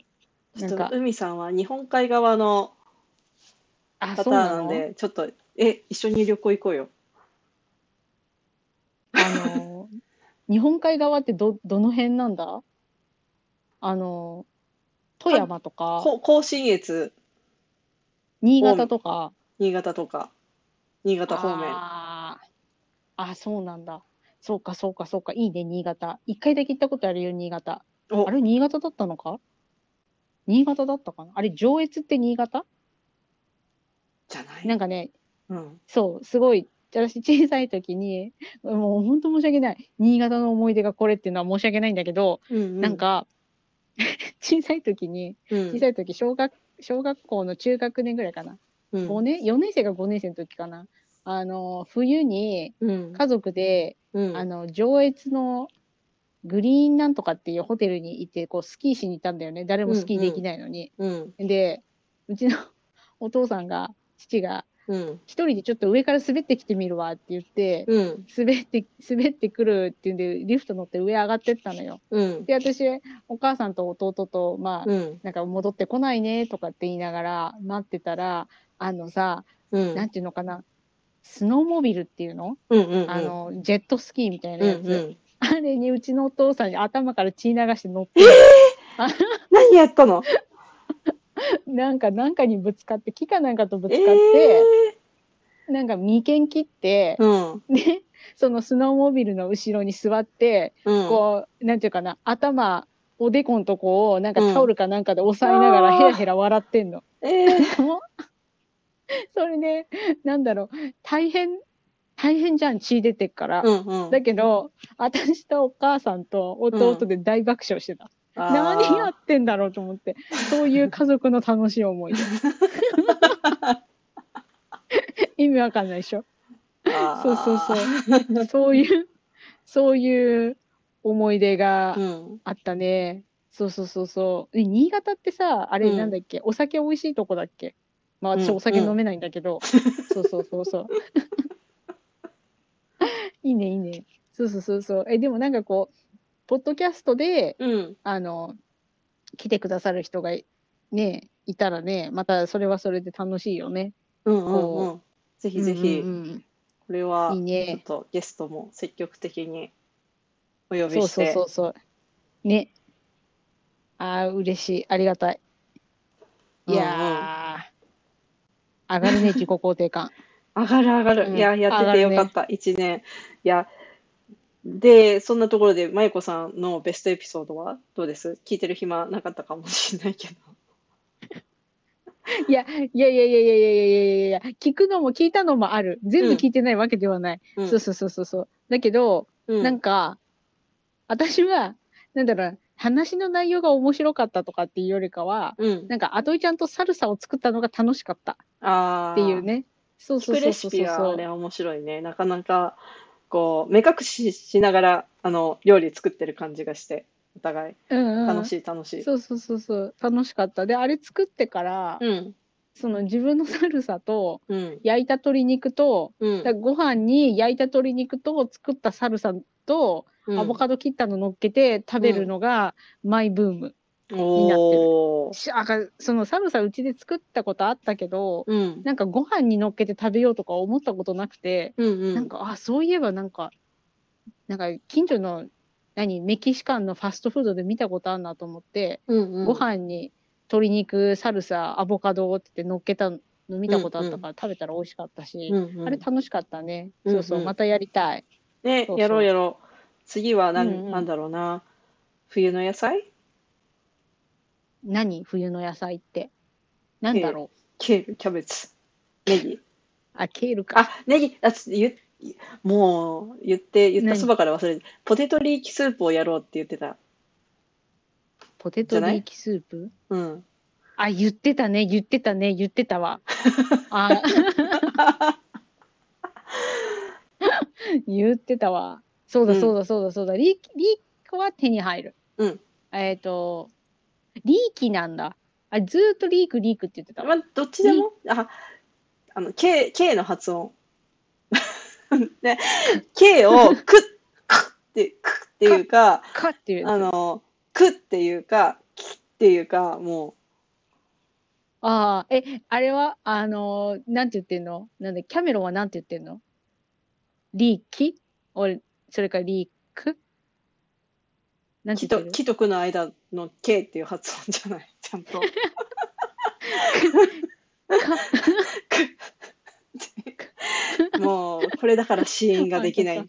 なんちょっとか、 海さんは日本海側のあ、 パタそうなのーンなんで、ちょっと、え、一緒に旅行行こうよ。 あの、日本海側ってど、どの辺なんだあの、富か、 山とか、 こ甲信越、 新方面、 潟とか、 新潟とか、新潟方面。 ああ、あ、そうなんだ。そうか、そうか、そうか。いいね、新潟。一回だけ行ったことあるよ、新潟。あお、 れ、新潟だったのか新潟だったかなあれ、上越って新潟じゃないなんかね、 うん。 そう、すごい、私小さい時に、もう本当申し訳ない。新潟の思い出がこれっていうのは申し訳ないんだけど、 うんうん。 なんか、小さい時に、 うん。 小さい時、小学、小学校の中学年ぐらいかな。 うん。 ごねん、よねん生がごねん生の時かな。あの、冬にうん。 家族で、 うん。 あの、上越のグリーンなんとかっていうホテルに行って、こう、スキーしに行ったんだよね。誰もうん。 スキーできうん。 ないのに。 うん。 で、うちのお父さんが、父が、 うん。 一人でちょっと上から滑ってきてみるわって言って、 うん。 滑って、滑ってくるっていうんで、リフト乗って上上がってったのよ。 うん。 で、私、お母さんと弟と、まあ、 うん。 なんか戻ってこないねとかって言いながら待ってたら、あのさ、 うん。 なんていうのかな、スノーモービルっていうのうん。うん。うん。 あの、ジェットスキーみたいなうん。 やつ。 うん。 あれにうちのお父さんに頭から血流して乗っえー、 てんの。あ何やったのなんか、なんかにぶつかって、木かなんかとぶえつかって、 えなんか眉間切って、 ー。うん。 で、そのスノーモービルの後ろに座って、 うん。 こう、なんていうかな、頭、おでこのとこをなんかうん。 タオルかなんかで押さえながらヘラヘあラ笑ってんの。 あ、ええもう、それで、なんだろう、大変、大変じゃん、血出てっから。 うん。うん。 だけど、私とお母さんと弟うん。 で大爆笑してた。何やああ。 ってんだろうと思って。そういう家族の楽しい思い出。意味わかんないでしょ。そうそうああ。 そう。そういう、そういう思い出がうん。 あったね。そうそうそうそう。え、新潟ってさ、あれなんだうん。 っけお酒美味しいとこだっけまあうん。 私お酒うん。 飲めないんだけど。そうそうそうそう。いいねいいね。そうそうそうそう。え、でもなんかこう、ポッドキャストで、 うん。 あの、来てくださる人がね、いたらね、またそれはそれで楽しいよね。 うんうんうこん。ぜう、 ひうんうんうぜひ、 ん。 これはちょっいいね。 とゲストも積極的にお呼びそうそうそして。 うそう。ね。ああ、嬉しい。ありがたい。いうんうん。 やー、上がるね、自己肯定感。 上がる上がる。いうん、 や、やってて上がるね。 よかった。一年。いや、で、そんなところで、まゆこさんのベストエピソードはどうです聞いてる暇なかったかもしれないけど。 いや、いやいやいやいやいやいやいやいやいや、聞くのも聞いたのもある。全部うん、 聞いてないわけではない。 うん、 そうそうそうそうそう。だけど、 うん。 なんか、私は、なんだろう、話の内容が面白かったとかっていうよりかは、 うん。 なんか、アトイちゃんとサルサを作ったのが楽しかったっていうああ、 ね。そう聞くレシそうそうそうそうそピはあれは面白いね。なかなか、こう、目隠ししながら、あの、料理作ってる感じがして、お互い、 う。うん楽うん。 しい楽しい。 そうそうそうそう。楽しかった。で、あれ作ってから、 うん、 その自分のサルサとうん、 焼いた鶏肉と、 うん、 だご飯に焼いた鶏肉と作ったサルサとアボうん、 カド切ったの乗っけて食べるうん。 のがマイブームになってる。 おー、 しあかそのサルサうちで作ったことあったけど、 うん、 なんかご飯に乗っけて食べようとか思ったことなくて、 うん、うん、 なんか、あ、そういえばなんか、なんか近所の何、メキシカンのファストフードで見たことあるなと思って、 うんうん。 ご飯に鶏肉、サルサ、アボカドって言って乗っけたの見たことあったうんから食べたら美味しかったし、 うんうん。 あれ楽しかったね。 うんそうそう、 うん。 またやりたい。 ね、やろうそうそやろう。次はう。うなん、 んうん。 なんだろうな。冬の野菜何冬の野菜って。なんケール、 だろう。 ケール、キャベツ、ネギ。 あ、ケールあ、 か。 ネギ、あ、つ言っ、もう、言って、言ったそ何ばから忘れて、ポテトリーキスープをやろうって言ってた。 ポテじゃないトリーキスープ。 うん。 あ、言ってたね、言ってたね、言ってたわ。あ、言ってたわ。そううん、 だそうだそうだそうだ。リーキ、リーキは手に入る。 うん。 えっと、リーキなんだ。あ、ずーっとリークリークって言ってたわ。 まあ、どっちでリも、あ、あの、K、K の発音。ね、 ーク、 K をクッ、クッって、クッっていか、 うか、 かっていうやつ。 あの、クッっていうか、キっていうか、もああ、え、あれは、あのーなんて言ってんのなんで、キャメロンはなんて言ってんの？リーキおそれからリークなう、木と、 んて言ってる？ 木とクの間の K っていう発音じゃない、ちゃんと。 か、 もう、これだから子音がわかった。 できない。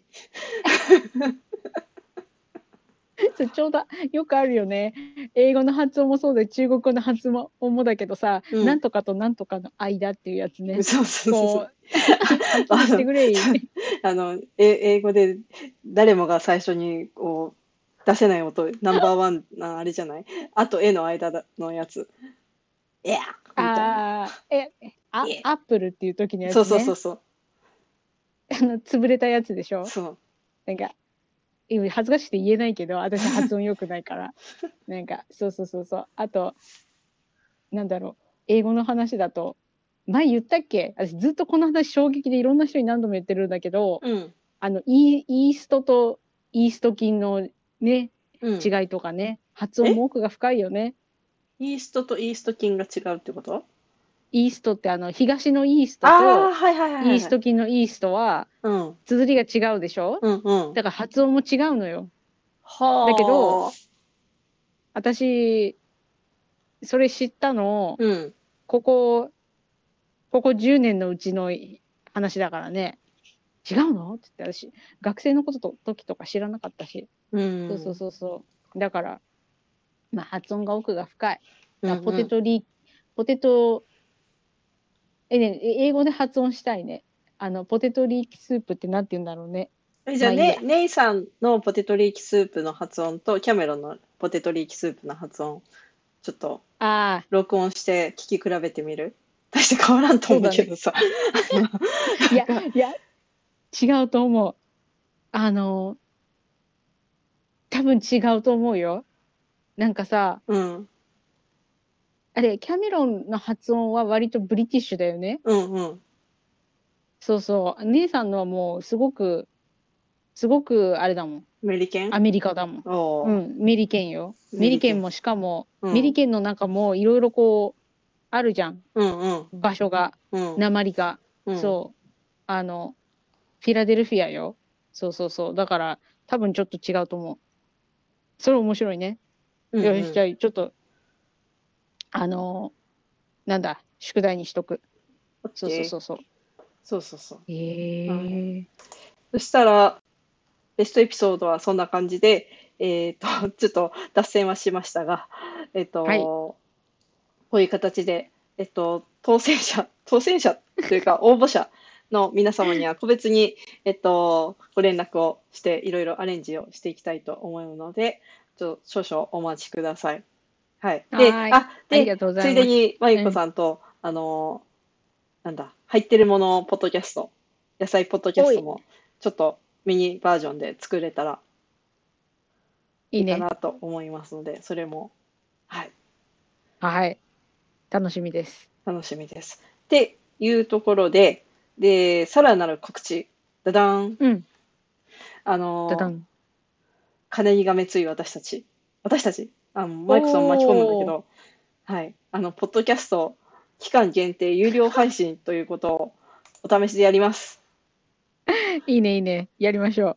それちょうどよくあるよね。英語の発音もそうで、中国語の発音もだけどさ、 うん。 なんとかとなんとかの間っていうやつね。 そうそうそうそう。 こう、はっきりしてあの、 くれい。 あの、え英語で誰もが最初にこう出せない音、ナンバーワンなあれじゃないあとえの間だのやつ。えやみたいな。 ああ、え、あ、 えアップルっていう時のやそうつね。 そうそうそう。 あの、潰れたやつでしょ？ そう。 なんか、今恥ずかしくて言えないけど、私発音良くないから。なんか、そうそうそうそう。あと、なんだろう、英語の話だと、前言ったっけ？私ずっとこの話衝撃でいろんな人に何度も言ってるんだけど、 うん。 あの、イーイーストとイースト菌のね、 うん。 違いとかね、発音えも奥が深いよね。 イーストとイースト菌が違うってこと？ イーストってあの、東のイースあトとあー、はいはいはいイースはいはい。 ト菌のイーストは、 うん。 綴りが違うでしょ？ うんうん。 だから発音も違うのよ。だけど、 はあ。 私、それ知ったの、 うん。 ここ、ここじゅうねんのうちの話だからね。違うのって言って私、学生のことと時とか知らなかったし。 うそうそうん。 そうそう。だから、まあ発音が奥が深い。だからポうんうん。 テトリ、ポテト、えね、英語で発音したいね。あの、ポテトリーキスープってなんて言うんだろうね。 え、じゃあね、 まあいいや。 ネイさんのポテトリーキスープの発音とキャメロンのポテトリーキスープの発音、ちょっとああ、 録音して聞き比べてみる？大して変わらんとそうだね。 思うけどさ。あのいや、 なんか、 いや、違うと思う。あの、多分違うと思うよ。なんかさ、 うん、 あれ、キャメロンの発音は割とブリティッシュだよね。 うんうん。 そうそう。姉さんのはもうすごく、すごくあれだもん。 メリケンアメリカだもん。うおー、 ん、メリケンよ。 メリケン。 メリケンもしかも、 うん、 メリケンの中もいろいろこう、あるじゃん。 うんうん、 場所が、 うん、 鉛が。 うん、 そう。あの、フィラデルフィアよ。そうそうそう。だから、多分ちょっと違うと思う。それ面白いね。 うんよし、じうん。 ゃあ、ちょっと、あの、なんだ、宿題にしとく。 オッそうそうケー。 そうそう。 そうそうそう。うん。 ええそしたら、ベストエピソードはそんな感じで、えっと、ちょっと脱線はしましたが、えっはい。 と、こういう形で、えっと、当選者、当選者というか応募者の皆様には個別に、えっと、ご連絡をしていろいろアレンジをしていきたいと思うので、ちょ少々お待ちください。はい。で、 はーい。 あ、で、 ありがとうござついでいます。 にまゆこうん。 さんと、あの、なんだ、入ってるものポッドキャスト、野菜ポッドキャおい、 ストもちょっとミニバージョンで作れたらいいかいいね。 なと思いますので、それも、はい、 はい。楽しみです。 楽しみです。っていうところで、で、さらなる告知、ダダーン、 うん。 あの、 ダダン。 金にがめつい私たち、私たち、あの、マイクさんも巻き込むんだけおー。 ど、はい、あの、ポッドキャスト、期間限定有料配信ということをお試しでやります。 いいね、いいね。やりましょう。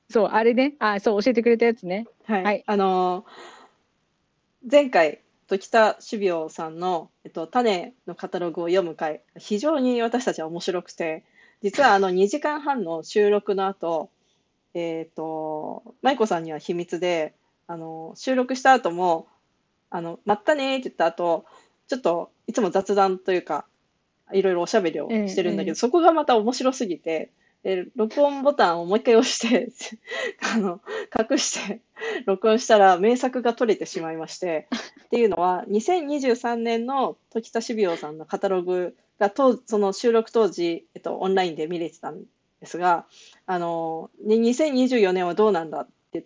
そう、あれね。あ、そう、教えてくれたやつね。 はい。 はい。 あのー前回、時田種苗さんの、えっと、種のカタログを読む回、非常に私たちは面白くて、実はあのにじかんはんの収録の後、えっと、舞子さんには秘密で、あの、収録した後も、あの、まったねーって言った後、ちょっといつも雑談というか、いろいろおしゃべりをうんしてるんだけど、 うん。 そこがまた面白すぎて、で、録音ボタンをもう一回押して、あの、隠して録音したら名作が取れてしまいまして、っていうのは、にせんにじゅうさんねんの時田種苗さんのカタログが当、その収録当時、えっと、オンラインで見れてたんですが、あの、ににせんにじゅうよねんはどうなんだって言って、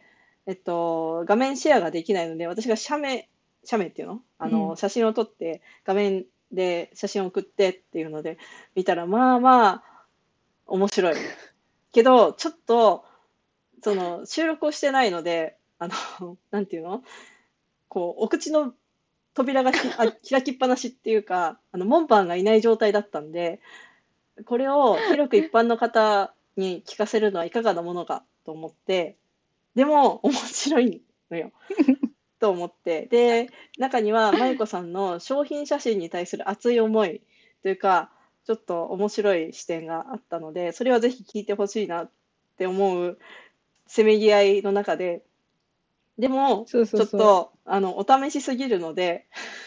えっと、画面シェアができないので、私が写メ、写メっていうのあの、 うん。 写真を撮って画面で写真を送ってっていうので見たら、まあまあ面白い。けど、ちょっと、その、収録をしてないので、あの、なんていうのこう、お口の扉がひあ開きっぱなしっていうか、あの、門番がいない状態だったんで、これを広く一般の方に聞かせるのはいかがなものかと思って、でも面白いのよ。と思って。で、中には、まゆこさんの商品写真に対する熱い思いというか、ちょっと面白い視点があったので、それはぜひ聞いてほしいなって思うせめぎ合いの中で、でも、 そうそうそう。 ちょっと、あの、お試しすぎるので、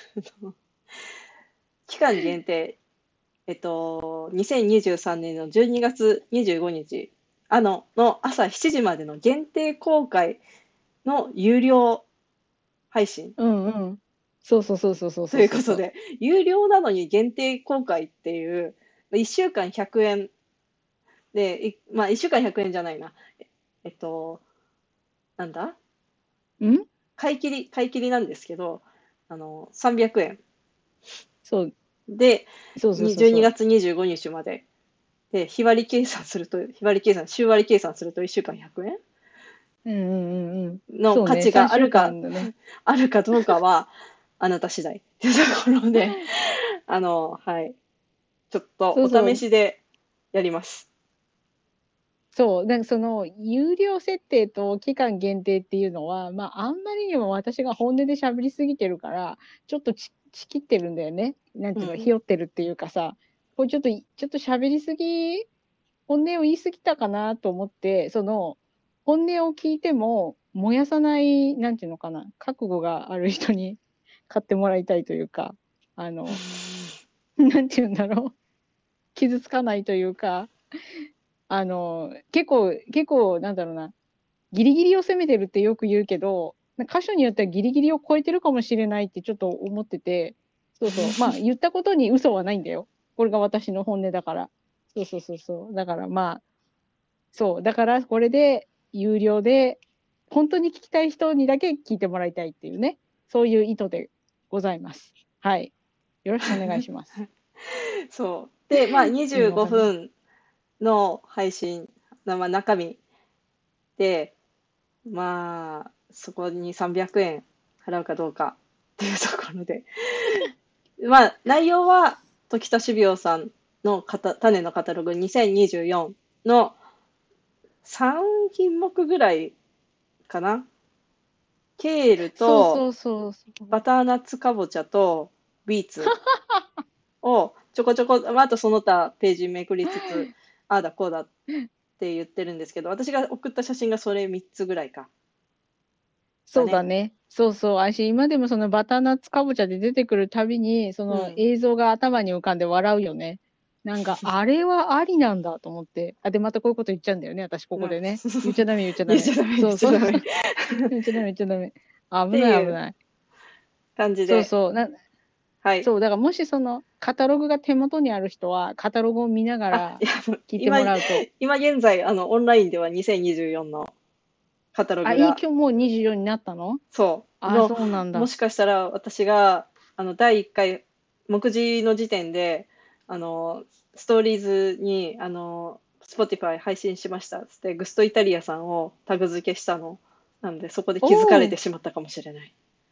期間限定、えっと、にせんにじゅうさんねんのじゅうにがつにじゅうごにち、あの、の朝しちじまでの限定公開の有料配信うんうん。そうそうそうそうそうとそうそうそう。 いうことで、有料なのに限定公開っていう、いっしゅうかんひゃくえんで、いまあいっしゅうかんひゃくえんじゃないな。えっと、なんだん買い切り、買い切りなんですけど、あの、さんびゃくえんそう、 で、 そうそうに12 そうそ月にじゅうごにちまで。で、日割り計算すると、日割り計算、週割り計算するといっしゅうかんひゃくえんう。うんうんうんうん。そうね、 の価値が 3週あるか、 間だね。 あるかどうかは、あなた次第っていうところで、あの、はい。ちょっとおそうそう。 試しでやります。 そう、なんかその有料設定と期間限定っていうのは、まあ、あんまりにも私が本音で喋りすぎてるから、ちょっとち、ちきってるんだよね。なんていうの、ひうん。 よってるっていうかさ、これちょっと、ちょっと喋りすぎ、本音を言い過ぎたかなと思って、その、本音を聞いても燃やさない、なんていうのかな、覚悟がある人に買ってもらいたいというか、あの、なんていうんだろう、傷つかないというか、あの、結構、結構、なんだろうな、ギリギリを攻めてるってよく言うけど、箇所によってはギリギリを超えてるかもしれないってちょっと思ってて、そうそう。まあ、言ったことに嘘はないんだよ。これが私の本音だから。そうそうそうそう。だからまあ、そう。だからこれで有料で、本当に聞きたい人にだけ聞いてもらいたいっていうね。そういう意図でございます。はい。よろしくお願いします。 そう。で、まあ25 すいません。 分の配信、まあ、中身で、まあ、そこにさんびゃくえん払うかどうかっていうところで。まあ、内容は、時田種苗さんのかた種のカタログにせんにじゅうよんのさんひんもくぐらいかな。ケールとそうそうそうそう。 バターナッツかぼちゃとビーツをちょこちょこ、まあ、あとその他ページめくりつつ、ああだこうだって言ってるんですけど、私が送った写真がそれみっつぐらいか。だね。 そうだね。そうそう。私、今でもそのバターナッツかぼちゃで出てくるたびに、そのうん。 映像が頭に浮かんで笑うよね。なんか、あれはありなんだと思って。あ、で、またこういうこと言っちゃうんだよね。私、こうん。 こでね。言っちゃダメ、言っちゃダメ。 言っちゃダメ、言っそうそう。 ちゃダメ。っ言っちゃダメ、言っちゃダメ。危ない、危ていうない。 感じで、 そうそう。な、 はい。 そう。だから、もしそのカタログが手元にある人は、カタログを見ながあ、 らいや、 聞いて今、 もらうと。 今現在、あの、オンラインではにせんにじゅうよんのカタロあ、いい、 グが、 今日もうにじゅうよんになったの？ そう、 あ、 の、 そうなんだ。 もしかしたら私が、あの、だいいっかい、目次の時点で、あの、ストーリーズに、あの、Spotify 配信しましたっつって、グストイタリアさんをタグ付けしたの。なので、そこでお気づかれてお。 しまったかもしれない。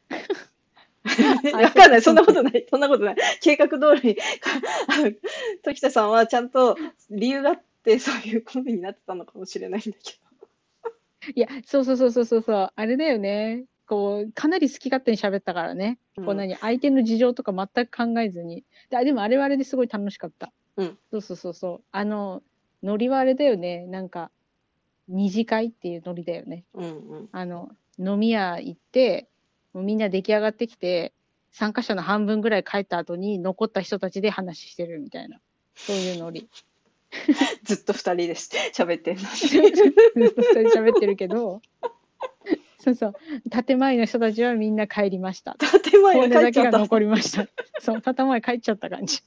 あ、ちょっと、 わかんない。そんちょっと待って。 なことない。そんなことない。計画通り、あの時田さんはちゃんと理由があって、そういうことになってたのかもしれないんだけど。 いや、そうそうそうそうそうそう、あれだよね。こう、かなり好き勝手に喋ったからね。 うん。 こう何、相手の事情とか全く考えずに。で、あでもあれはあれですごい楽しかった。 うん。 そうそうそうそう。あの、ノリはあれだよね。なんか、二次会っていうノリだよね。 うん。うん。 あの、飲み屋行って、もうみんな出来上がってきて、参加者の半分ぐらい帰った後に残った人たちで話してるみたいな。そういうノリ。 ずっと二人でし喋ってんのに。 ずっと二人喋ってるけど、そうそう。建前の人たちはみんな帰りました。 建前が本音だけが帰っちゃった。 残りました。そう、建前帰っちゃった感じ。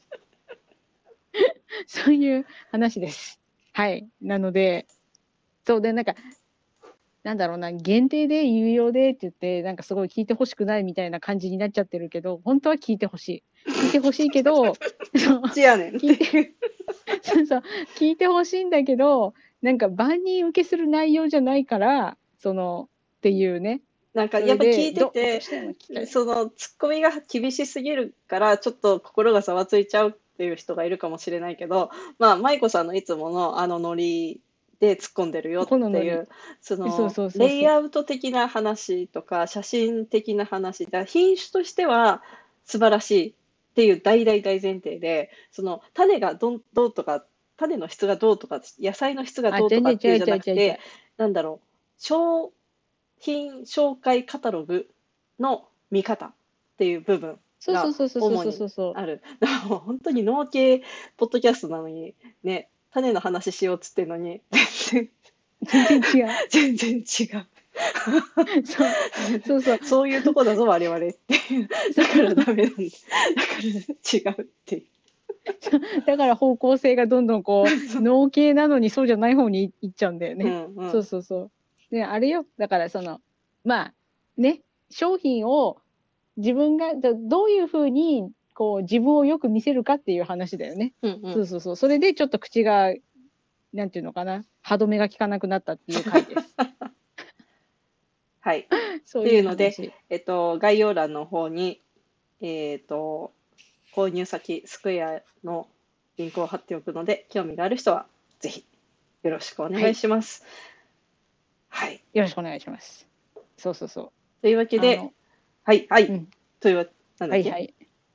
そういう話です。はい。なので、そうで、なんか、なんだろうな、限定で有料でって言って、なんかすごい聞いてほしくないみたいな感じになっちゃってるけど、本当は聞いてほしい。聞いてほしいけど、そう、 ちやねんっ聞いて、 ていう。 そうそう、聞いてほしいんだけど、なんか万人受けする内容じゃないから、その、っていうね。 なんかそれで、 やっぱ聞いてどうて、 しても聞きたい。 そのツッコミが厳しすぎるから、ちょっと心がざわついちゃうっていう人がいるかもしれないけど、まあ、舞子さんのいつものあのノリで突っ込んでるよっこのノリ。 ていう、そそうのそうそうそう。 レイアウト的な話とか、写真的な話、だから品種としては素晴らしいっていう大大大前提で、その種がどんどうとか、種の質がどうとか、野菜の質があ、 どうと全然違うかっていうんじゃ違う違う違う。 なくて、なんだろう、商品紹介カタログの見方っていう部分そうそがうそうそうそう主にそうそう。 ある。だからもう本当に農系ポッドキャストなのに、ね、種の話しようっつってんのに、全全然違う。 然、全然違う。 そう。そうそう。 そういうとこだぞ、我々っていう。 そう。 だからダメなんだ。だから違うっていう。 だから方向性がどんどんこう、農系なのにそうじゃない方に行っちゃうんだようね。 んうん。 そうそうそう。で、あれよ。だからその、まあ、ね、商品を自分がどどういうふうにこう自分をよく見せるかっていう話だよね。 うんうん。 そうそうそう。それでちょっと口が、なんていうのかな、歯止めが効かなくなったっていう回です。 はい。っそういうていうので、 話。 えっと、概要欄の方に、えっと、購入先、スクエアのリンクを貼っておくので、興味がある人はぜひよろしくお願いはい。 します。はい。 よろしくお願いします。そうそうそう。 というわけで、 あの、 はい、はい。 うん。 というわ、なんだっけはいはい。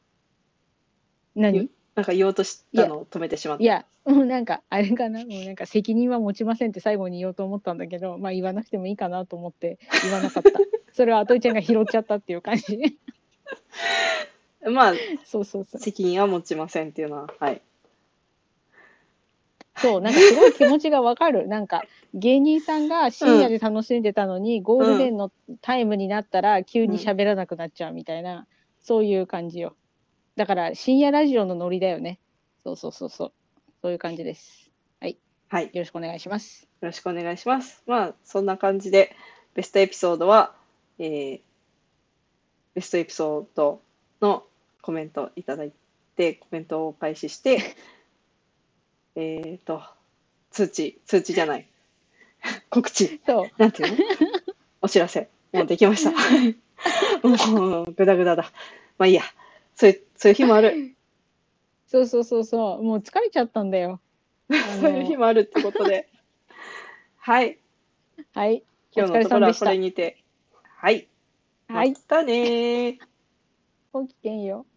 何ゆなんか言おうとしいや、 たのを止めてしまった。 いや、もうなんか、あれかな、もうなんか責任は持ちませんって最後に言おうと思ったんだけど、まあ言わなくてもいいかなと思って言わなかった。それはあといちゃんが拾っちゃったっていう感じ。 まあ、 そうそうそう。 責任は持ちませんっていうのは、はい。 そう、なんかすごい気持ちがわかる。なんか芸人さんが深うん、 夜で楽しんでたのに、ゴールうん、 デンのタイムになったら急にうん。 喋らなくなっちゃうみたいな、そういう感じよ。だから深夜ラジオのノリだよね。そうそうそうそう。そういう感じです。はい。 はい。よよろしくお願いします。 ろしくお願いします。まあ、そんな感じで、ベストエピソードは、えーベストエピソードのコメントいただいて、コメントをお返しして、えっと、通知、通知じゃない、告知、 そなんていうのお知らせ、もうできました。もう、ぐだぐだだ。まあいいや。そういう、そういう日もある。 う。そうそうそうそう。もう疲れちゃったんだよ。あそういう日の、 もあるってことで。はい。 はい。お今日疲れのところはこれさんでした。 にて。はい。まはい。 たねー。 ごきげんよう。